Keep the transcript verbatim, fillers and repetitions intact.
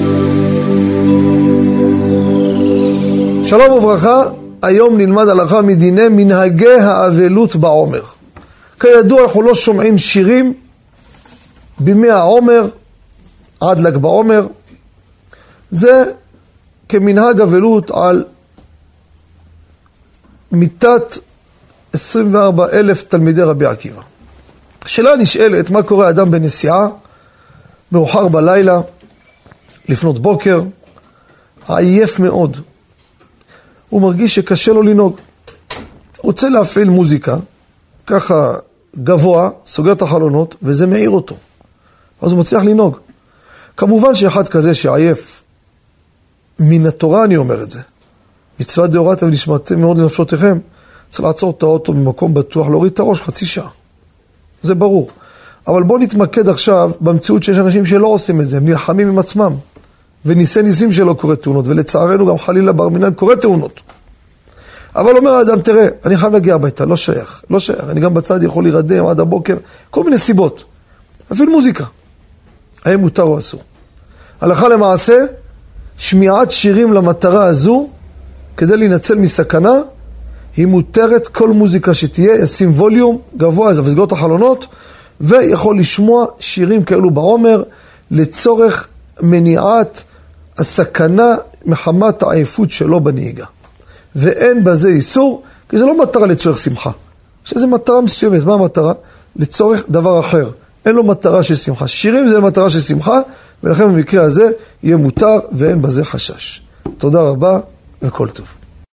שלום וברכה, היום נלמד הלכה מדיני מנהגי האבלות בעומר. כידוע אנחנו לא שומעים שירים בימי העומר עד ל"ג בעומר. זה כמנהג אבלות על מיתת עשרים וארבעה אלף תלמידי רבי עקיבא. השאלה נשאלת, מה קורה אדם בנסיעה, מאוחר בלילה, לפנות בוקר, עייף מאוד. הוא מרגיש שקשה לו לנהוג. הוא רוצה להפעיל מוזיקה, ככה גבוה, סוגר את החלונות, וזה מעיר אותו. אז הוא מצליח לנהוג. כמובן שאחד כזה שעייף, מן התורה אני אומר את זה, מצוות דאורייתא ונשמרתם מאוד לנפשותיכם, צריך לעצור את האוטו במקום בטוח, להוריד את הראש חצי שעה. זה ברור. אבל בואו נתמקד עכשיו במציאות שיש אנשים שלא עושים את זה, הם נלחמים עם עצמם. וניסי ניסים שלא קורה תאונות, ולצערנו גם חלילה בר מינן קורה תאונות. אבל אומר האדם, תראה, אני חייב להגיע הביתה, לא שייך, לא שייך, אני גם בצד יכול להירדם עד הבוקר, כל מיני סיבות. אפילו מוזיקה. האם מותר או אסור? הלכה למעשה, שמיעת שירים למטרה הזו, כדי להינצל מסכנה, היא מותרת כל מוזיקה שתהיה, ישים ווליום גבוה, אז וסגור את החלונות, ויכול לשמוע שירים כאלו בעומר, לצורך מניעת הסכנה מחמת העייפות שלו בנהיגה. ואין בזה איסור, כי זה לא מטרה לצורך שמחה. יש איזו מטרה מסוימת. מה המטרה? לצורך דבר אחר. אין לו מטרה של שמחה. שירים זה מטרה של שמחה, ולכן במקרה הזה יהיה מותר ואין בזה חשש. תודה רבה וכל טוב.